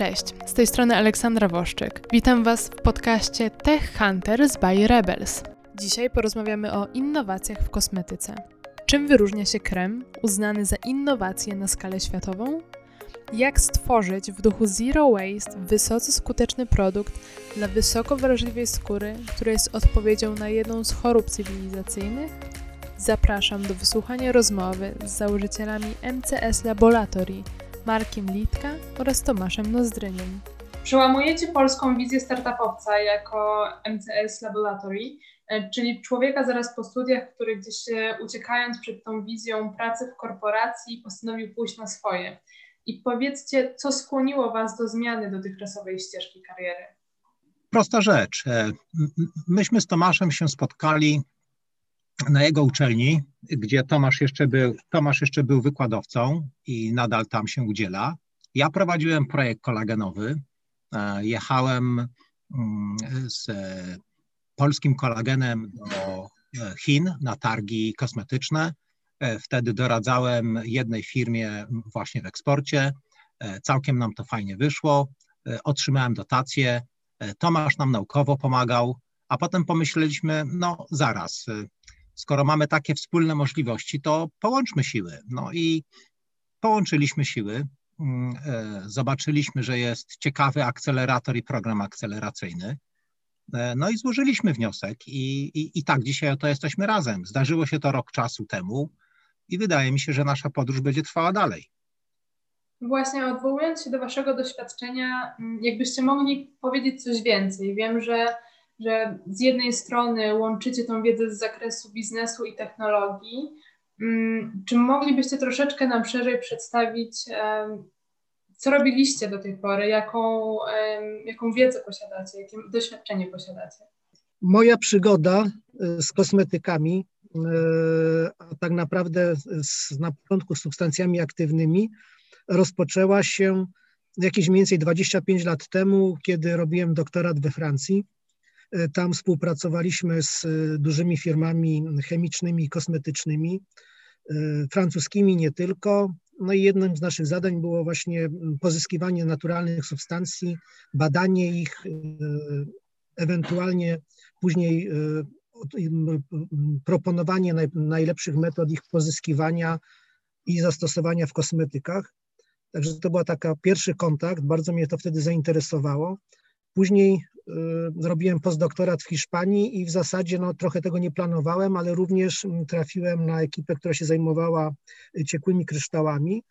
Cześć, z tej strony Aleksandra Woszczyk. Witam Was w podcaście Tech Hunters by Rebels. Dzisiaj porozmawiamy o innowacjach w kosmetyce. Czym wyróżnia się krem uznany za innowację na skalę światową? Jak stworzyć w duchu Zero Waste wysoce skuteczny produkt dla wysoko wrażliwej skóry, która jest odpowiedzią na jedną z chorób cywilizacyjnych? Zapraszam do wysłuchania rozmowy z założycielami MCS Laboratory, Markiem Litka oraz Tomaszem Nozdryniem. Przełamujecie polską wizję startupowca jako MCS Laboratory, czyli człowieka zaraz po studiach, który gdzieś uciekając przed tą wizją pracy w korporacji postanowił pójść na swoje. I powiedzcie, co skłoniło Was do zmiany dotychczasowej ścieżki kariery? Prosta rzecz. Myśmy z Tomaszem się spotkali na jego uczelni, gdzie Tomasz jeszcze był wykładowcą i nadal tam się udziela. Ja prowadziłem projekt kolagenowy. Jechałem z polskim kolagenem do Chin na targi kosmetyczne. Wtedy doradzałem jednej firmie właśnie w eksporcie. Całkiem nam to fajnie wyszło. Otrzymałem dotację. Tomasz nam naukowo pomagał, a potem pomyśleliśmy, no zaraz, skoro mamy takie wspólne możliwości, to połączmy siły. No i połączyliśmy siły. Zobaczyliśmy, że jest ciekawy akcelerator i program akceleracyjny. No i złożyliśmy wniosek i tak dzisiaj oto jesteśmy razem. Zdarzyło się to rok czasu temu i wydaje mi się, że nasza podróż będzie trwała dalej. Właśnie odwołując się do Waszego doświadczenia, jakbyście mogli powiedzieć coś więcej. Wiem, że z jednej strony łączycie tą wiedzę z zakresu biznesu i technologii. Czy moglibyście troszeczkę nam szerzej przedstawić, co robiliście do tej pory, jaką wiedzę posiadacie, jakie doświadczenie posiadacie? Moja przygoda z kosmetykami, a tak naprawdę na początku z substancjami aktywnymi, rozpoczęła się jakieś mniej więcej 25 lat temu, kiedy robiłem doktorat we Francji. Tam współpracowaliśmy z dużymi firmami chemicznymi i kosmetycznymi, francuskimi nie tylko. No i jednym z naszych zadań było właśnie pozyskiwanie naturalnych substancji, badanie ich, ewentualnie później proponowanie najlepszych metod ich pozyskiwania i zastosowania w kosmetykach. Także to był taki pierwszy kontakt, bardzo mnie to wtedy zainteresowało. Później robiłem postdoktorat w Hiszpanii i w zasadzie trochę tego nie planowałem, ale również trafiłem na ekipę, która się zajmowała ciekłymi kryształami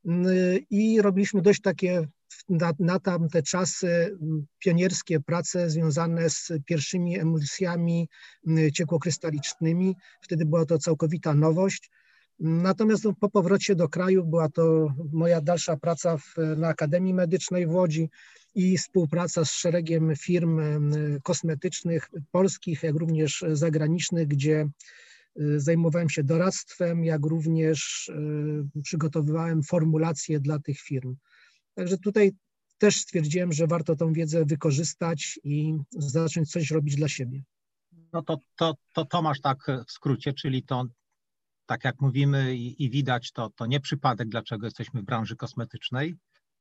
i robiliśmy dość takie na tamte czasy pionierskie prace związane z pierwszymi emulsjami ciekłokrystalicznymi. Wtedy była to całkowita nowość. Natomiast po powrocie do kraju była to moja dalsza praca na Akademii Medycznej w Łodzi i współpraca z szeregiem firm kosmetycznych polskich, jak również zagranicznych, gdzie zajmowałem się doradztwem, jak również przygotowywałem formulacje dla tych firm. Także tutaj też stwierdziłem, że warto tą wiedzę wykorzystać i zacząć coś robić dla siebie. No to Tomasz tak w skrócie, czyli to tak jak mówimy i widać, to nie przypadek, dlaczego jesteśmy w branży kosmetycznej.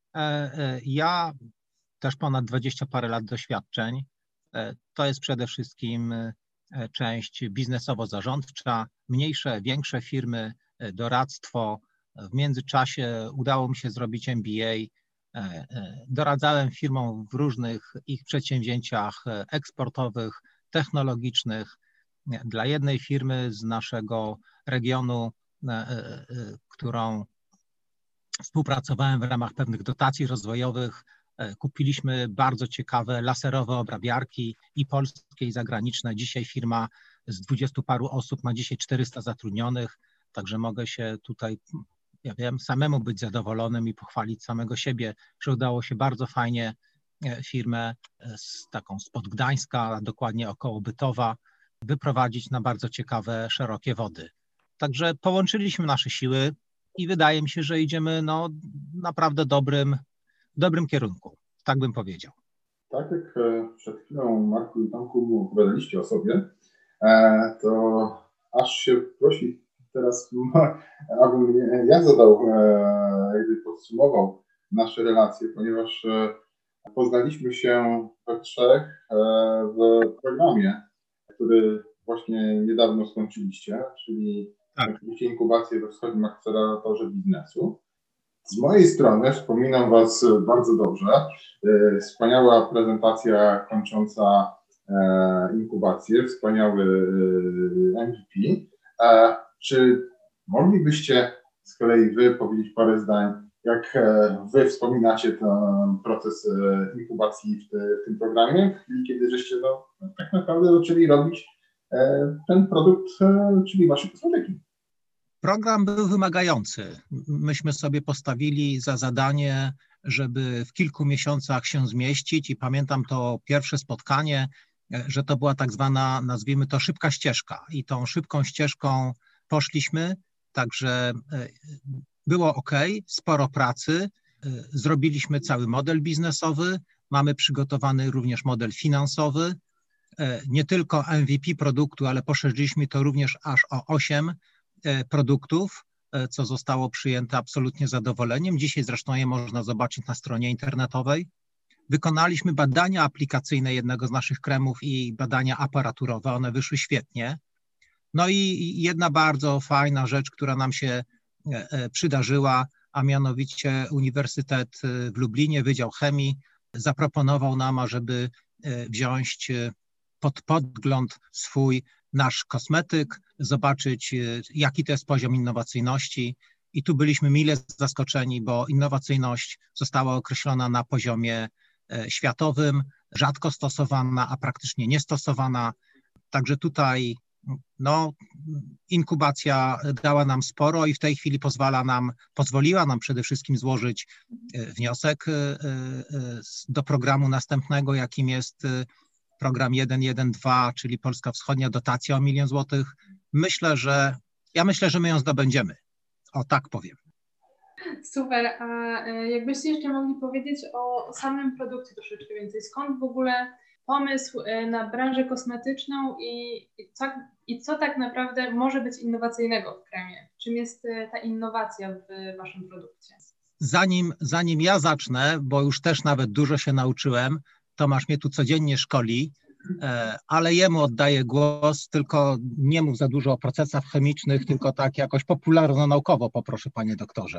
Ja też ponad 20 parę lat doświadczeń. To jest przede wszystkim część biznesowo-zarządcza, mniejsze, większe firmy, doradztwo. W międzyczasie udało mi się zrobić MBA. Doradzałem firmom w różnych ich przedsięwzięciach eksportowych, technologicznych. Dla jednej firmy z naszego regionu, którą współpracowałem w ramach pewnych dotacji rozwojowych, kupiliśmy bardzo ciekawe laserowe obrabiarki i polskie, i zagraniczne. Dzisiaj firma z 20 paru osób ma dzisiaj 400 zatrudnionych, także mogę się tutaj, samemu być zadowolonym i pochwalić samego siebie, że udało się bardzo fajnie firmę spod Gdańska, a dokładnie około Bytowa, wyprowadzić na bardzo ciekawe, szerokie wody. Także połączyliśmy nasze siły i wydaje mi się, że idziemy naprawdę dobrym kierunku, tak bym powiedział. Tak jak przed chwilą Marku i Tomku opowiadaliście o sobie, to aż się prosi teraz, abym ja zadał, jakby podsumował nasze relacje, ponieważ poznaliśmy się we trzech w programie, który właśnie niedawno skończyliście, czyli oczywiście inkubację we Wschodnim Akceleratorze Biznesu. Z mojej strony wspominam Was bardzo dobrze. Wspaniała prezentacja kończąca inkubację, wspaniały MVP. Czy moglibyście z kolei Wy powiedzieć parę zdań, jak Wy wspominacie ten proces inkubacji w tym programie, w chwili, kiedy żeście tak naprawdę zaczęli robić ten produkt, czyli Wasze kosmetyki? Program był wymagający. Myśmy sobie postawili za zadanie, żeby w kilku miesiącach się zmieścić i pamiętam to pierwsze spotkanie, że to była tak zwana, nazwijmy to, szybka ścieżka i tą szybką ścieżką poszliśmy, także było ok, sporo pracy, zrobiliśmy cały model biznesowy, mamy przygotowany również model finansowy, nie tylko MVP produktu, ale poszerzyliśmy to również aż o 8 produktów, co zostało przyjęte absolutnie zadowoleniem. Dzisiaj zresztą je można zobaczyć na stronie internetowej. Wykonaliśmy badania aplikacyjne jednego z naszych kremów i badania aparaturowe, one wyszły świetnie. No i jedna bardzo fajna rzecz, która nam się przydarzyła, a mianowicie Uniwersytet w Lublinie, Wydział Chemii, zaproponował nam, ażeby wziąć pod podgląd swój nasz kosmetyk, zobaczyć, jaki to jest poziom innowacyjności. I tu byliśmy mile zaskoczeni, bo innowacyjność została określona na poziomie światowym, rzadko stosowana, a praktycznie niestosowana. Także tutaj inkubacja dała nam sporo i w tej chwili pozwoliła nam przede wszystkim złożyć wniosek do programu następnego, jakim jest program 1.1.2, czyli Polska Wschodnia, dotacja o 1 000 000 złotych. Myślę, że my ją zdobędziemy. O, tak powiem. Super, a jakbyście jeszcze mogli powiedzieć o samym produkcie troszeczkę więcej. Skąd w ogóle pomysł na branżę kosmetyczną i co tak naprawdę może być innowacyjnego w kremie? Czym jest ta innowacja w waszym produkcie? Zanim ja zacznę, bo już też nawet dużo się nauczyłem, Tomasz mnie tu codziennie szkoli, ale jemu oddaję głos, tylko nie mów za dużo o procesach chemicznych, tylko tak jakoś popularno-naukowo poproszę, panie doktorze.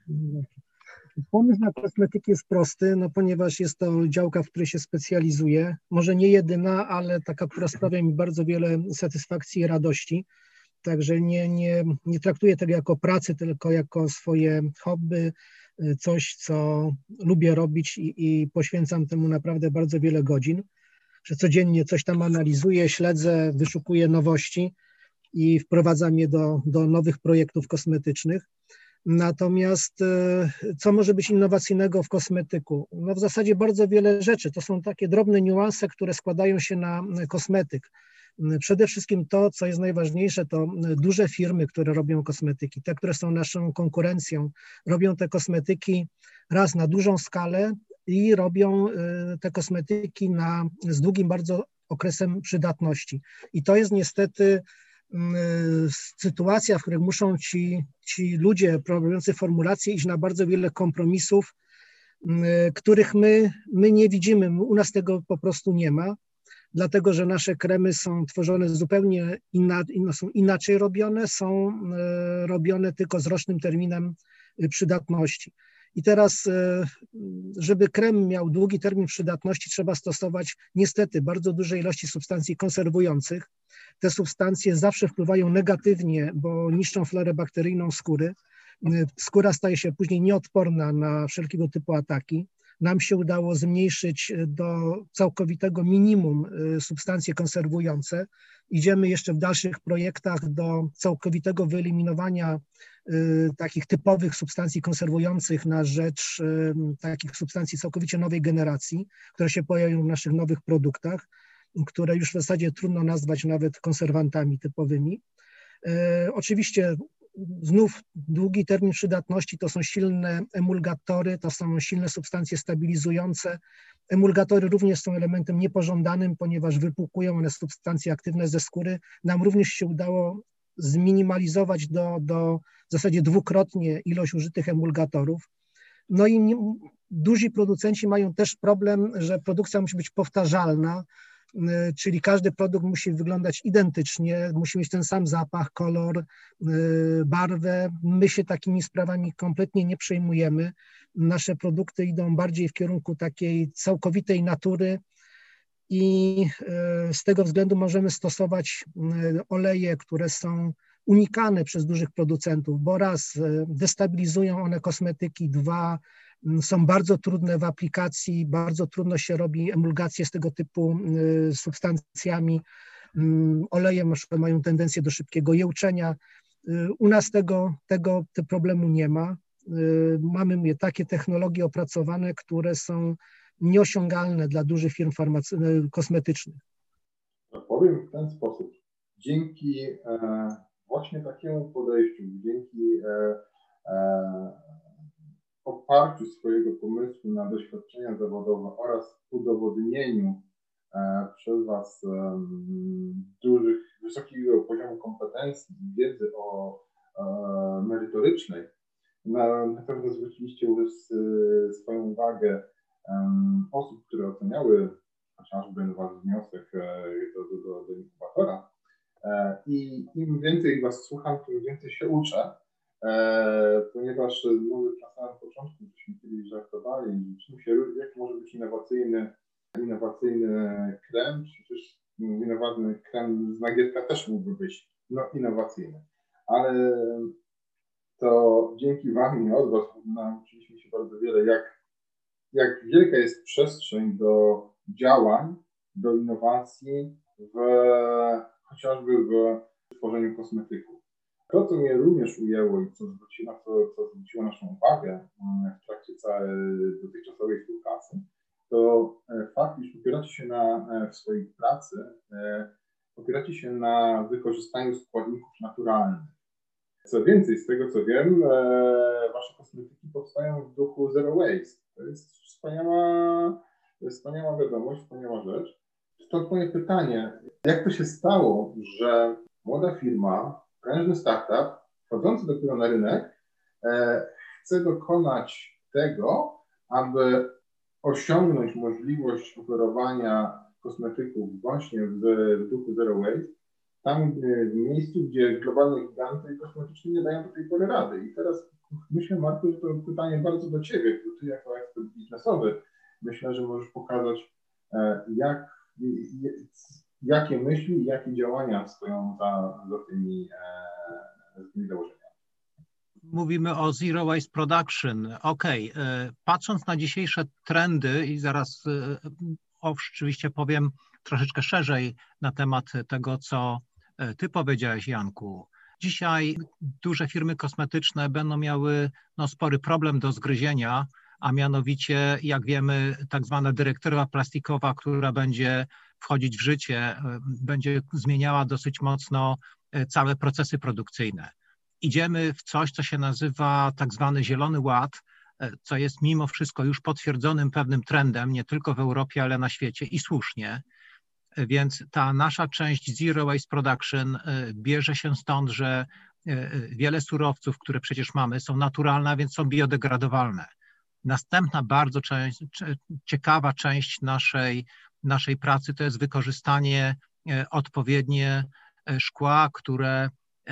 Pomysł na kosmetyki jest prosty, ponieważ jest to działka, w której się specjalizuję. Może nie jedyna, ale taka, która sprawia mi bardzo wiele satysfakcji i radości. Także nie traktuję tego jako pracy, tylko jako swoje hobby, coś, co lubię robić i poświęcam temu naprawdę bardzo wiele godzin, że codziennie coś tam analizuję, śledzę, wyszukuję nowości i wprowadzam je do nowych projektów kosmetycznych. Natomiast co może być innowacyjnego w kosmetyku? W zasadzie bardzo wiele rzeczy. To są takie drobne niuanse, które składają się na kosmetyk. Przede wszystkim to, co jest najważniejsze, to duże firmy, które robią kosmetyki, te, które są naszą konkurencją, robią te kosmetyki raz na dużą skalę i robią te kosmetyki z długim bardzo okresem przydatności. I to jest niestety sytuacja, w której muszą ci ludzie prowadzący formulacje iść na bardzo wiele kompromisów, których my nie widzimy. U nas tego po prostu nie ma, dlatego że nasze kremy są tworzone zupełnie są inaczej robione, są robione tylko z rocznym terminem przydatności. I teraz, żeby krem miał długi termin przydatności, trzeba stosować niestety bardzo duże ilości substancji konserwujących. Te substancje zawsze wpływają negatywnie, bo niszczą florę bakteryjną skóry. Skóra staje się później nieodporna na wszelkiego typu ataki. Nam się udało zmniejszyć do całkowitego minimum substancje konserwujące. Idziemy jeszcze w dalszych projektach do całkowitego wyeliminowania takich typowych substancji konserwujących na rzecz takich substancji całkowicie nowej generacji, które się pojawią w naszych nowych produktach, które już w zasadzie trudno nazwać nawet konserwantami typowymi. Oczywiście znów długi termin przydatności to są silne emulgatory, to są silne substancje stabilizujące. Emulgatory również są elementem niepożądanym, ponieważ wypłukują one substancje aktywne ze skóry. Nam również się udało zminimalizować w zasadzie dwukrotnie ilość użytych emulgatorów. No i duzi producenci mają też problem, że produkcja musi być powtarzalna, czyli każdy produkt musi wyglądać identycznie, musi mieć ten sam zapach, kolor, barwę. My się takimi sprawami kompletnie nie przejmujemy. Nasze produkty idą bardziej w kierunku takiej całkowitej natury i z tego względu możemy stosować oleje, które są unikane przez dużych producentów, bo raz destabilizują one kosmetyki, dwa są bardzo trudne w aplikacji, bardzo trudno się robi emulgację z tego typu substancjami. Oleje mają tendencję do szybkiego jełczenia. U nas tego problemu nie ma. Mamy takie technologie opracowane, które są nieosiągalne dla dużych firm kosmetycznych. Powiem w ten sposób. Dzięki właśnie takiemu podejściu, dzięki oparciu swojego pomysłu na doświadczenia zawodowe oraz udowodnieniu przez Was wysokiego poziomu kompetencji i wiedzy merytorycznej, na pewno zwróciliście swoją uwagę osób, które oceniały chociażby Wasz wniosek do inkubatora. I im więcej Was słucham, tym więcej się uczę, ponieważ mówię na samym początku, żeśmy kiedyś żartowali, jaki może być innowacyjny krem, przecież innowacjny krem z nagietka też mógłby być innowacyjny, ale to dzięki Wam i od Was nauczyliśmy się bardzo wiele, jak wielka jest przestrzeń do działań, do innowacji chociażby w tworzeniu kosmetyków. To, co mnie również ujęło i co zwróciło naszą uwagę w trakcie całej dotychczasowej współpracy, to fakt, iż opieracie się w swojej pracy, opieracie się na wykorzystaniu składników naturalnych. Co więcej, z tego co wiem, Wasze kosmetyki powstają w duchu Zero Waste. To jest wspaniała wiadomość, wspaniała rzecz. Stąd moje pytanie, jak to się stało, że młoda firma, prężny startup, wchodzący dopiero na rynek, chce dokonać tego, aby osiągnąć możliwość oferowania kosmetyków właśnie w duchu Zero Waste, tam w miejscu, gdzie globalne giganty kosmetyczne nie dają do tej pory rady. I teraz myślę, Marku, że to pytanie bardzo do Ciebie, bo Ty jako ekspert biznesowy, myślę, że możesz pokazać, jakie myśli i jakie działania stoją za tymi założeniami. Mówimy o Zero Waste Production. Okej. Patrząc na dzisiejsze trendy i zaraz oczywiście powiem troszeczkę szerzej na temat tego, co Ty powiedziałeś, Janku. Dzisiaj duże firmy kosmetyczne będą miały spory problem do zgryzienia, a mianowicie, jak wiemy, tak zwana dyrektywa plastikowa, która będzie wchodzić w życie, będzie zmieniała dosyć mocno całe procesy produkcyjne. Idziemy w coś, co się nazywa tak zwany Zielony Ład, co jest mimo wszystko już potwierdzonym pewnym trendem, nie tylko w Europie, ale na świecie i słusznie. Więc ta nasza część Zero Waste Production bierze się stąd, że wiele surowców, które przecież mamy, są naturalne, a więc są biodegradowalne. Następna bardzo ciekawa część naszej pracy to jest wykorzystanie odpowiednie szkła, które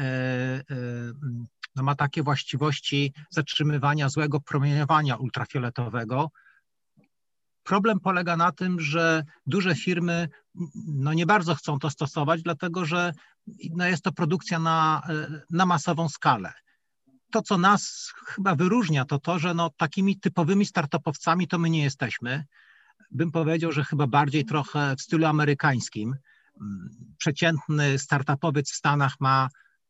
ma takie właściwości zatrzymywania złego promieniowania ultrafioletowego. Problem polega na tym, że duże firmy nie bardzo chcą to stosować, dlatego że jest to produkcja na masową skalę. To, co nas chyba wyróżnia, to, że takimi typowymi startupowcami to my nie jesteśmy. Bym powiedział, że chyba bardziej trochę w stylu amerykańskim. Przeciętny startupowiec w Stanach ma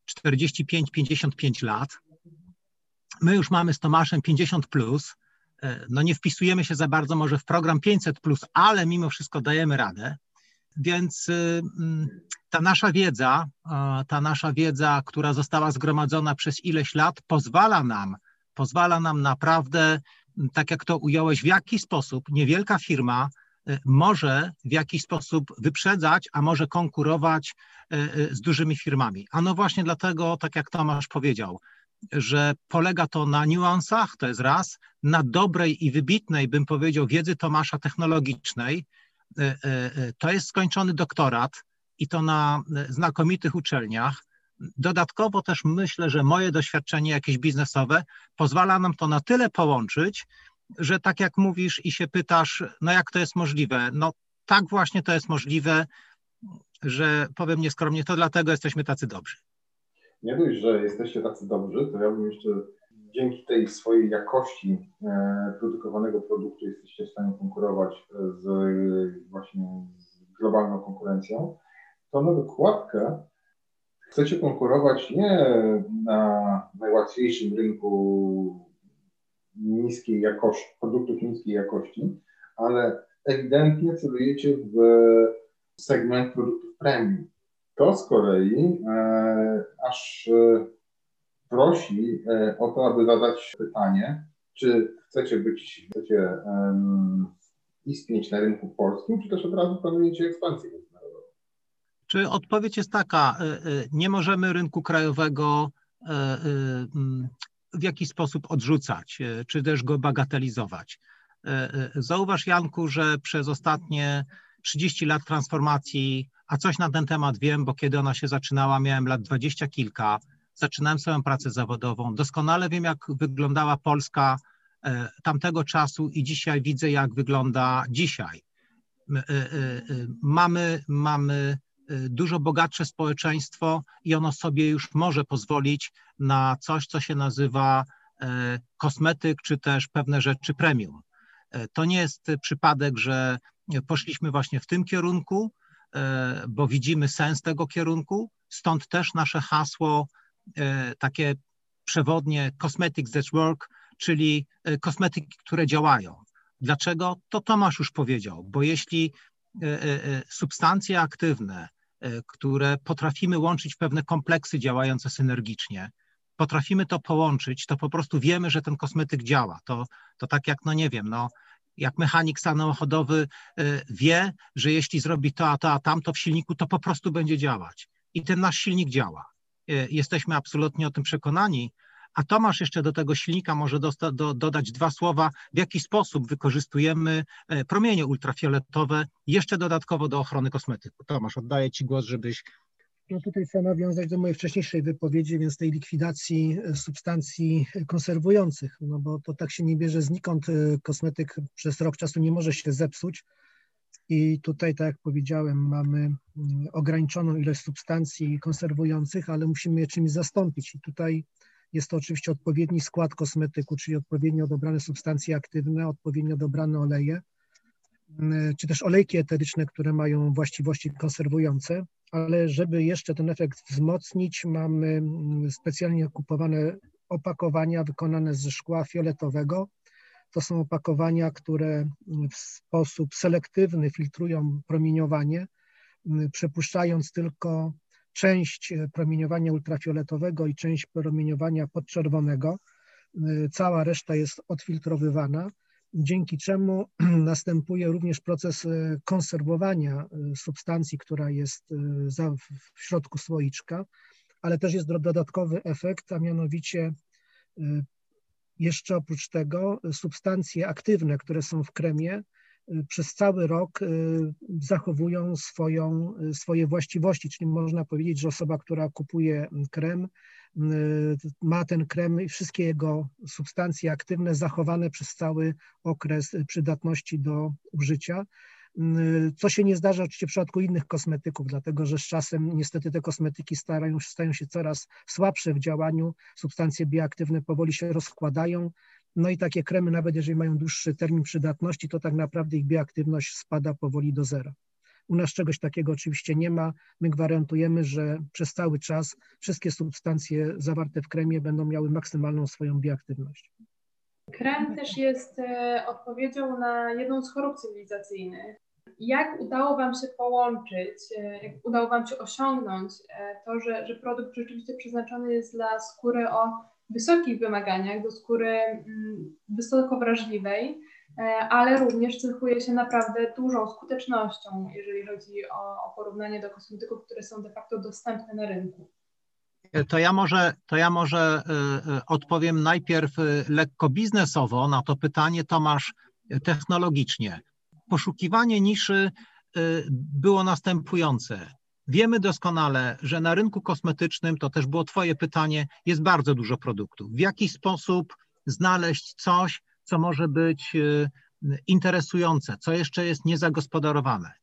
45-55 lat. My już mamy z Tomaszem 50 plus. Nie wpisujemy się za bardzo może w program 500 plus, ale mimo wszystko dajemy radę. Więc ta nasza wiedza, która została zgromadzona przez ileś lat, pozwala nam naprawdę, tak jak to ująłeś, w jakiś sposób niewielka firma może w jakiś sposób wyprzedzać, a może konkurować z dużymi firmami. A właśnie dlatego, tak jak Tomasz powiedział, że polega to na niuansach, to jest raz, na dobrej i wybitnej, bym powiedział, wiedzy Tomasza technologicznej. To jest skończony doktorat i to na znakomitych uczelniach. Dodatkowo też myślę, że moje doświadczenie jakieś biznesowe pozwala nam to na tyle połączyć, że tak jak mówisz i się pytasz, no jak to jest możliwe? No tak właśnie to jest możliwe, że powiem nieskromnie, to dlatego jesteśmy tacy dobrzy. Nie dość, że jesteście tacy dobrzy, to ja bym jeszcze dzięki tej swojej jakości produkowanego produktu jesteście w stanie konkurować właśnie z globalną konkurencją. To na dokładkę chcecie konkurować nie na najłatwiejszym rynku niskiej jakości, produktów niskiej jakości, ale ewidentnie celujecie w segment produktów premium. To z kolei aż prosi o to, aby zadać pytanie, czy chcecie istnieć na rynku polskim, czy też od razu planujecie ekspansję międzynarodową? Czy odpowiedź jest taka, nie możemy rynku krajowego w jakiś sposób odrzucać, czy też go bagatelizować. Zauważ, Janku, że przez ostatnie 30 lat transformacji, a coś na ten temat wiem, bo kiedy ona się zaczynała, miałem lat 20 kilka, zaczynałem swoją pracę zawodową, doskonale wiem, jak wyglądała Polska tamtego czasu i dzisiaj widzę, jak wygląda dzisiaj. Mamy dużo bogatsze społeczeństwo i ono sobie już może pozwolić na coś, co się nazywa kosmetyk, czy też pewne rzeczy premium. To nie jest przypadek, że poszliśmy właśnie w tym kierunku, bo widzimy sens tego kierunku, stąd też nasze hasło takie przewodnie Cosmetics that work, czyli kosmetyki, które działają. Dlaczego? To Tomasz już powiedział, bo jeśli substancje aktywne, które potrafimy łączyć w pewne kompleksy działające synergicznie, potrafimy to połączyć, to po prostu wiemy, że ten kosmetyk działa. To tak jak, no nie wiem, no, jak mechanik samochodowy wie, że jeśli zrobi to, a tamto w silniku, to po prostu będzie działać. I ten nasz silnik działa. Jesteśmy absolutnie o tym przekonani. A Tomasz jeszcze do tego silnika może dodać dwa słowa, w jaki sposób wykorzystujemy promienie ultrafioletowe jeszcze dodatkowo do ochrony kosmetyku. Tomasz, oddaję Ci głos, żebyś... No tutaj chcę nawiązać do mojej wcześniejszej wypowiedzi, więc tej likwidacji substancji konserwujących, no bo to tak się nie bierze znikąd, kosmetyk przez rok czasu nie może się zepsuć i tutaj, tak jak powiedziałem, mamy ograniczoną ilość substancji konserwujących, ale musimy je czymś zastąpić i tutaj jest to oczywiście odpowiedni skład kosmetyku, czyli odpowiednio dobrane substancje aktywne, odpowiednio dobrane oleje, czy też olejki eteryczne, które mają właściwości konserwujące, ale żeby jeszcze ten efekt wzmocnić, mamy specjalnie kupowane opakowania wykonane ze szkła fioletowego. To są opakowania, które w sposób selektywny filtrują promieniowanie, przepuszczając tylko część promieniowania ultrafioletowego i część promieniowania podczerwonego. Cała reszta jest odfiltrowywana, dzięki czemu następuje również proces konserwowania substancji, która jest w środku słoiczka, ale też jest dodatkowy efekt, a mianowicie jeszcze oprócz tego substancje aktywne, które są w kremie, przez cały rok zachowują swoje właściwości, czyli można powiedzieć, że osoba, która kupuje krem, ma ten krem i wszystkie jego substancje aktywne zachowane przez cały okres przydatności do użycia, co się nie zdarza oczywiście w przypadku innych kosmetyków, dlatego że z czasem niestety te kosmetyki stają się coraz słabsze w działaniu, substancje bioaktywne powoli się rozkładają, no i takie kremy, nawet jeżeli mają dłuższy termin przydatności, to tak naprawdę ich bioaktywność spada powoli do zera. U nas czegoś takiego oczywiście nie ma. My gwarantujemy, że przez cały czas wszystkie substancje zawarte w kremie będą miały maksymalną swoją bioaktywność. Krem też jest odpowiedzią na jedną z chorób cywilizacyjnych. Jak udało Wam się połączyć, jak udało Wam się osiągnąć to, że produkt rzeczywiście przeznaczony jest dla skóry o wysokich wymaganiach, do skóry wysoko wrażliwej, ale również cechuje się naprawdę dużą skutecznością, jeżeli chodzi o porównanie do kosmetyków, które są de facto dostępne na rynku? To ja może odpowiem najpierw lekko biznesowo na to pytanie, Tomasz, technologicznie. Poszukiwanie niszy było następujące. Wiemy doskonale, że na rynku kosmetycznym, to też było Twoje pytanie, jest bardzo dużo produktów. W jaki sposób znaleźć coś, co może być interesujące, co jeszcze jest niezagospodarowane.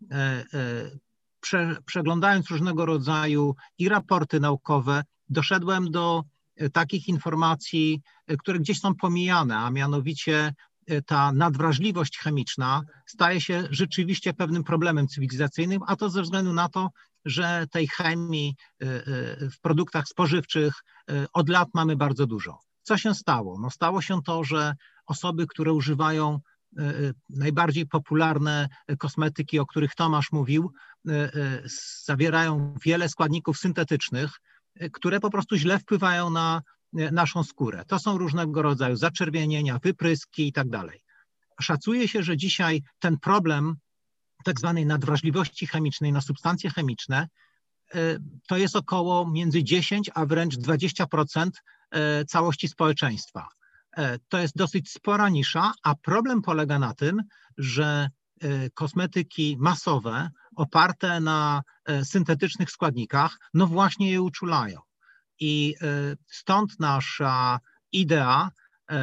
Przeglądając różnego rodzaju i raporty naukowe, doszedłem do takich informacji, które gdzieś są pomijane, a mianowicie ta nadwrażliwość chemiczna staje się rzeczywiście pewnym problemem cywilizacyjnym, a to ze względu na to, że tej chemii w produktach spożywczych od lat mamy bardzo dużo. Co się stało? No stało się to, że osoby, które używają najbardziej popularne kosmetyki, o których Tomasz mówił, zawierają wiele składników syntetycznych, które po prostu źle wpływają na naszą skórę. To są różnego rodzaju zaczerwienienia, wypryski i tak dalej. Szacuje się, że dzisiaj ten problem tak zwanej nadwrażliwości chemicznej na substancje chemiczne to jest około między 10 a wręcz 20% całości społeczeństwa. To jest dosyć spora nisza, a problem polega na tym, że kosmetyki masowe oparte na syntetycznych składnikach, no właśnie je uczulają. I stąd nasza idea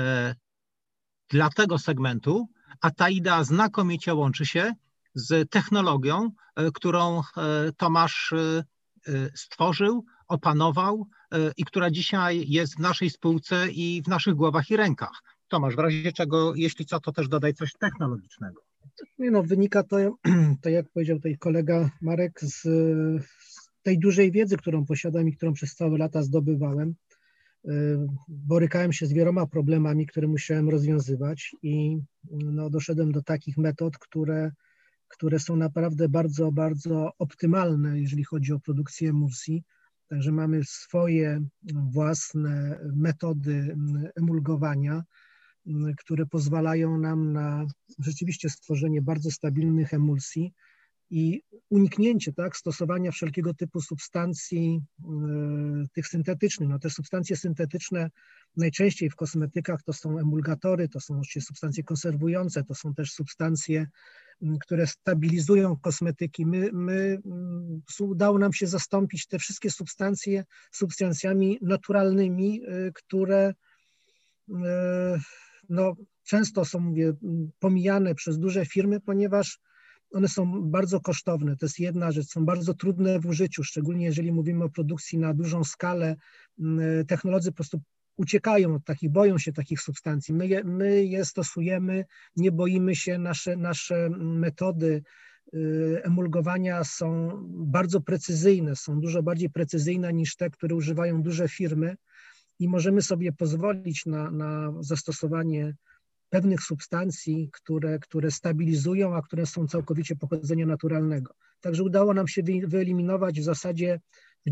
dla tego segmentu, a ta idea znakomicie łączy się z technologią, którą Tomasz stworzył, opanował i która dzisiaj jest w naszej spółce i w naszych głowach i rękach. Tomasz, w razie czego, jeśli co, to też dodaj coś technologicznego. No, wynika to, jak powiedział tutaj kolega Marek, z tej dużej wiedzy, którą posiadam i którą przez całe lata zdobywałem. Borykałem się z wieloma problemami, które musiałem rozwiązywać i no, doszedłem do takich metod, które są naprawdę bardzo, bardzo optymalne, jeżeli chodzi o produkcję emulsji. Także mamy swoje własne metody emulgowania, które pozwalają nam na rzeczywiście stworzenie bardzo stabilnych emulsji i uniknięcie stosowania wszelkiego typu substancji tych syntetycznych. No, te substancje syntetyczne najczęściej w kosmetykach to są emulgatory, to są oczywiście substancje konserwujące, to są też substancje, które stabilizują kosmetyki. Udało nam się zastąpić te wszystkie substancje substancjami naturalnymi, które no, często są pomijane przez duże firmy, ponieważ one są bardzo kosztowne. To jest jedna rzecz, są bardzo trudne w użyciu, szczególnie jeżeli mówimy o produkcji na dużą skalę. Technolodzy po prostu uciekają od takich, boją się takich substancji. My je stosujemy, nie boimy się, nasze metody emulgowania są bardzo precyzyjne, są dużo bardziej precyzyjne niż te, które używają duże firmy i możemy sobie pozwolić na zastosowanie pewnych substancji, które stabilizują, a które są całkowicie pochodzenia naturalnego. Także udało nam się wyeliminować w zasadzie w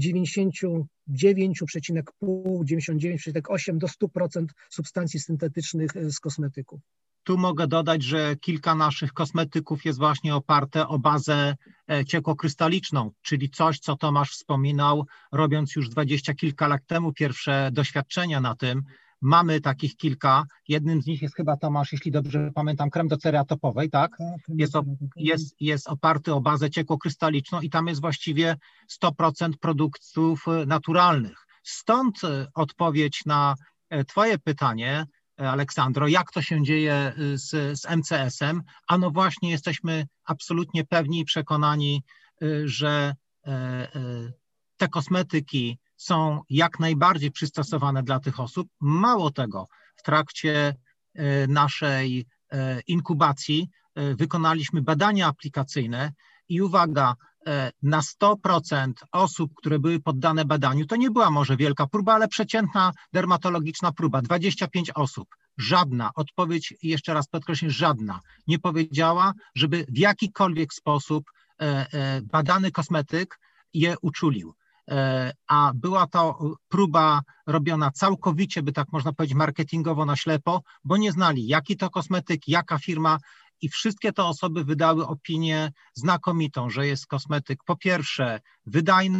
99,5-99,8% do 100% substancji syntetycznych z kosmetyków. Tu mogę dodać, że kilka naszych kosmetyków jest właśnie oparte o bazę ciekłokrystaliczną, czyli coś, co Tomasz wspominał, robiąc już 20 kilka lat temu pierwsze doświadczenia na tym. Mamy takich kilka. Jednym z nich jest chyba, Tomasz, jeśli dobrze pamiętam, krem do cery atopowej, tak? Jest oparty o bazę ciekłokrystaliczną i tam jest właściwie 100% produktów naturalnych. Stąd odpowiedź na Twoje pytanie, Aleksandro, jak to się dzieje z MCS-em? Ano właśnie jesteśmy absolutnie pewni i przekonani, że te kosmetyki są jak najbardziej przystosowane dla tych osób. Mało tego, w trakcie naszej inkubacji wykonaliśmy badania aplikacyjne i uwaga, na 100% osób, które były poddane badaniu, to nie była może wielka próba, ale przeciętna dermatologiczna próba, 25 osób. Żadna, odpowiedź jeszcze raz podkreślę, żadna nie powiedziała, żeby w jakikolwiek sposób badany kosmetyk je uczulił. A była to próba robiona całkowicie, by tak można powiedzieć, marketingowo na ślepo, bo nie znali, jaki to kosmetyk, jaka firma i wszystkie te osoby wydały opinię znakomitą, że jest kosmetyk po pierwsze wydajny,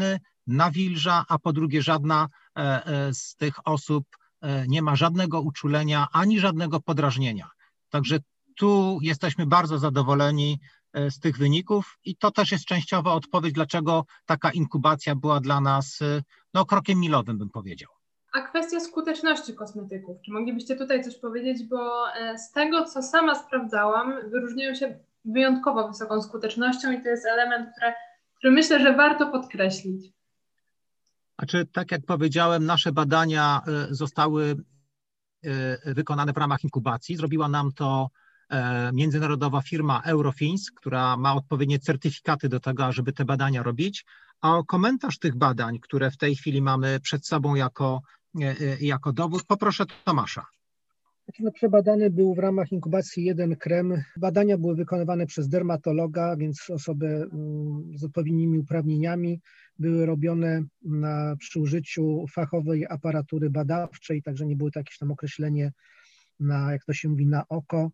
nawilża, a po drugie żadna z tych osób nie ma żadnego uczulenia ani żadnego podrażnienia. Także tu jesteśmy bardzo zadowoleni z tych wyników i to też jest częściowa odpowiedź, dlaczego taka inkubacja była dla nas krokiem milowym, bym powiedział. A kwestia skuteczności kosmetyków, czy moglibyście tutaj coś powiedzieć, bo z tego, co sama sprawdzałam, wyróżniają się wyjątkowo wysoką skutecznością i to jest element, który myślę, że warto podkreślić. Znaczy, tak jak powiedziałem, nasze badania zostały wykonane w ramach inkubacji. Zrobiła nam to międzynarodowa firma Eurofins, która ma odpowiednie certyfikaty do tego, żeby te badania robić. A o komentarz tych badań, które w tej chwili mamy przed sobą jako dowód, poproszę Tomasza. Przebadany był w ramach inkubacji jeden krem. Badania były wykonywane przez dermatologa, więc osoby z odpowiednimi uprawnieniami. Były robione przy użyciu fachowej aparatury badawczej, także nie było to jakieś tam określenie jak to się mówi, na oko.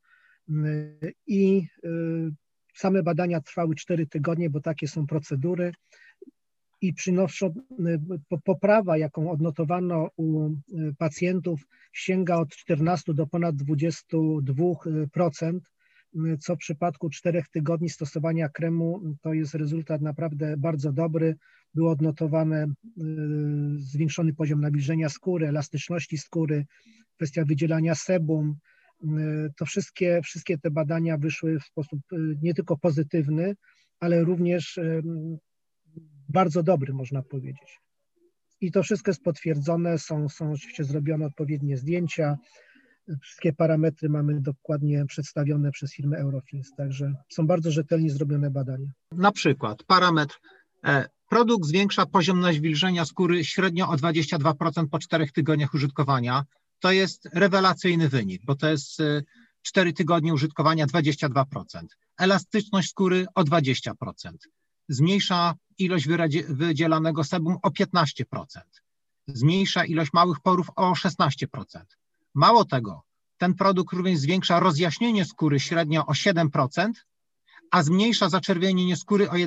I same badania trwały 4 tygodnie, bo takie są procedury. I przynoszą, poprawa, jaką odnotowano u pacjentów, sięga od 14 do ponad 22%, co w przypadku 4 tygodni stosowania kremu to jest rezultat naprawdę bardzo dobry. Był odnotowany zwiększony poziom nawilżenia skóry, elastyczności skóry, kwestia wydzielania sebum. To wszystkie te badania wyszły w sposób nie tylko pozytywny, ale również bardzo dobry, można powiedzieć. I to wszystko jest potwierdzone, są oczywiście zrobione odpowiednie zdjęcia, wszystkie parametry mamy dokładnie przedstawione przez firmę Eurofins, także są bardzo rzetelnie zrobione badania. Na przykład parametr produkt zwiększa poziom nawilżenia skóry średnio o 22% po 4 tygodniach użytkowania. To jest rewelacyjny wynik, bo to jest 4 tygodnie użytkowania 22%. Elastyczność skóry o 20%. Zmniejsza ilość wydzielanego sebum o 15%. Zmniejsza ilość małych porów o 16%. Mało tego, ten produkt również zwiększa rozjaśnienie skóry średnio o 7%, a zmniejsza zaczerwienienie skóry o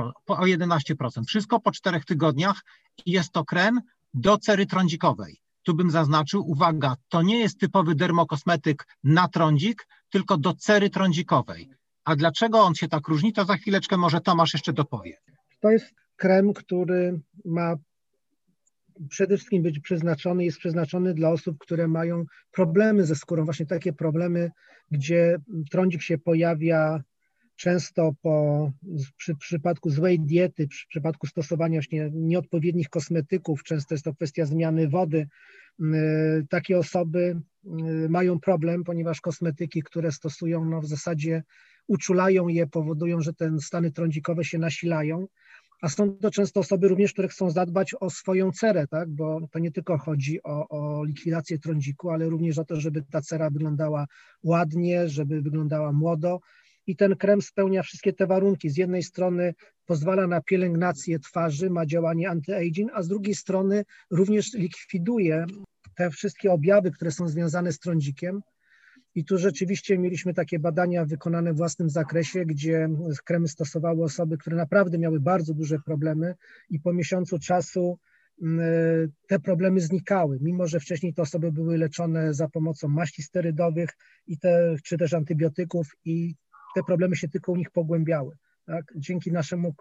11%. Wszystko po 4 tygodniach i jest to krem do cery trądzikowej. Tu bym zaznaczył, uwaga, to nie jest typowy dermokosmetyk na trądzik, tylko do cery trądzikowej. A dlaczego on się tak różni, to za chwileczkę może Tomasz jeszcze dopowie. To jest krem, który ma przede wszystkim być przeznaczony, jest przeznaczony dla osób, które mają problemy ze skórą, właśnie takie problemy, gdzie trądzik się pojawia często przy przypadku złej diety, przy przypadku stosowania właśnie nieodpowiednich kosmetyków, często jest to kwestia zmiany wody. Takie osoby mają problem, ponieważ kosmetyki, które stosują, w zasadzie uczulają je, powodują, że te stany trądzikowe się nasilają, a są to często osoby również, które chcą zadbać o swoją cerę, tak? Bo to nie tylko chodzi o likwidację trądziku, ale również o to, żeby ta cera wyglądała ładnie, żeby wyglądała młodo. I ten krem spełnia wszystkie te warunki. Z jednej strony pozwala na pielęgnację twarzy, ma działanie anti-aging, a z drugiej strony również likwiduje te wszystkie objawy, które są związane z trądzikiem. I tu rzeczywiście mieliśmy takie badania wykonane w własnym zakresie, gdzie kremy stosowały osoby, które naprawdę miały bardzo duże problemy i po miesiącu czasu te problemy znikały, mimo że wcześniej te osoby były leczone za pomocą maści sterydowych czy też antybiotyków i te problemy się tylko u nich pogłębiały. Tak? Dzięki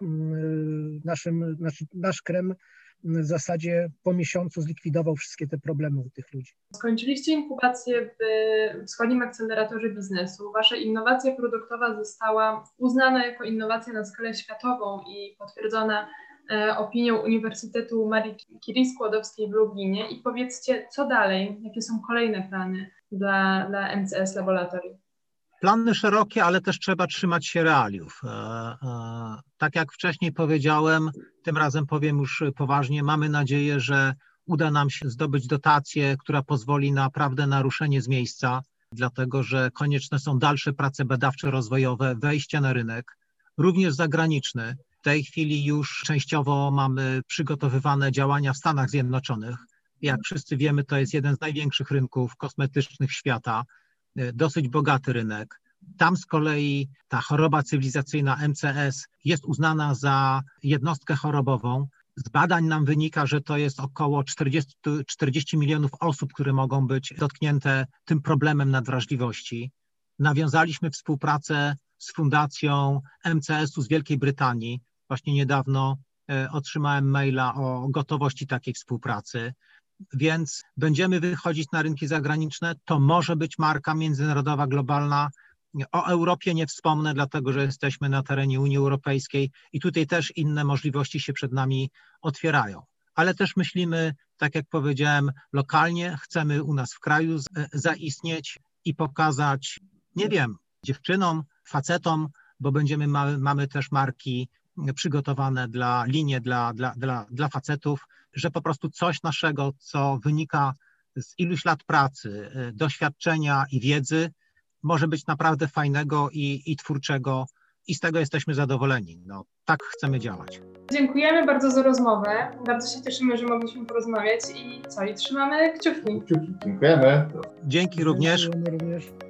nasz krem w zasadzie po miesiącu zlikwidował wszystkie te problemy u tych ludzi. Skończyliście inkubację w Wschodnim Akceleratorze Biznesu. Wasza innowacja produktowa została uznana jako innowacja na skalę światową i potwierdzona opinią Uniwersytetu Marii Curie Skłodowskiej w Lublinie. I powiedzcie, co dalej? Jakie są kolejne plany dla MCS Laboratory? Plany szerokie, ale też trzeba trzymać się realiów. Tak jak wcześniej powiedziałem, tym razem powiem już poważnie, mamy nadzieję, że uda nam się zdobyć dotację, która pozwoli naprawdę na ruszenie z miejsca, dlatego że konieczne są dalsze prace badawczo-rozwojowe, wejście na rynek, również zagraniczny. W tej chwili już częściowo mamy przygotowywane działania w Stanach Zjednoczonych. Jak wszyscy wiemy, to jest jeden z największych rynków kosmetycznych świata. Dosyć bogaty rynek. Tam z kolei ta choroba cywilizacyjna MCS jest uznana za jednostkę chorobową Z badań nam wynika, że to jest około 40 milionów osób, które mogą być dotknięte tym problemem nadwrażliwości. Nawiązaliśmy współpracę z Fundacją MCS-u z Wielkiej Brytanii. Właśnie niedawno otrzymałem maila o gotowości takiej współpracy, więc będziemy wychodzić na rynki zagraniczne. To może być marka międzynarodowa, globalna. O Europie nie wspomnę, dlatego że jesteśmy na terenie Unii Europejskiej i tutaj też inne możliwości się przed nami otwierają. Ale też myślimy, tak jak powiedziałem, lokalnie. Chcemy u nas w kraju zaistnieć i pokazać, nie wiem, dziewczynom, facetom, bo mamy też marki przygotowane linie dla facetów, że po prostu coś naszego, co wynika z iluś lat pracy, doświadczenia i wiedzy, może być naprawdę fajnego i twórczego i z tego jesteśmy zadowoleni. No, tak chcemy działać. Dziękujemy bardzo za rozmowę. Bardzo się cieszymy, że mogliśmy porozmawiać i trzymamy kciuki. Dziękujemy. Dzięki również. Dziękujemy również.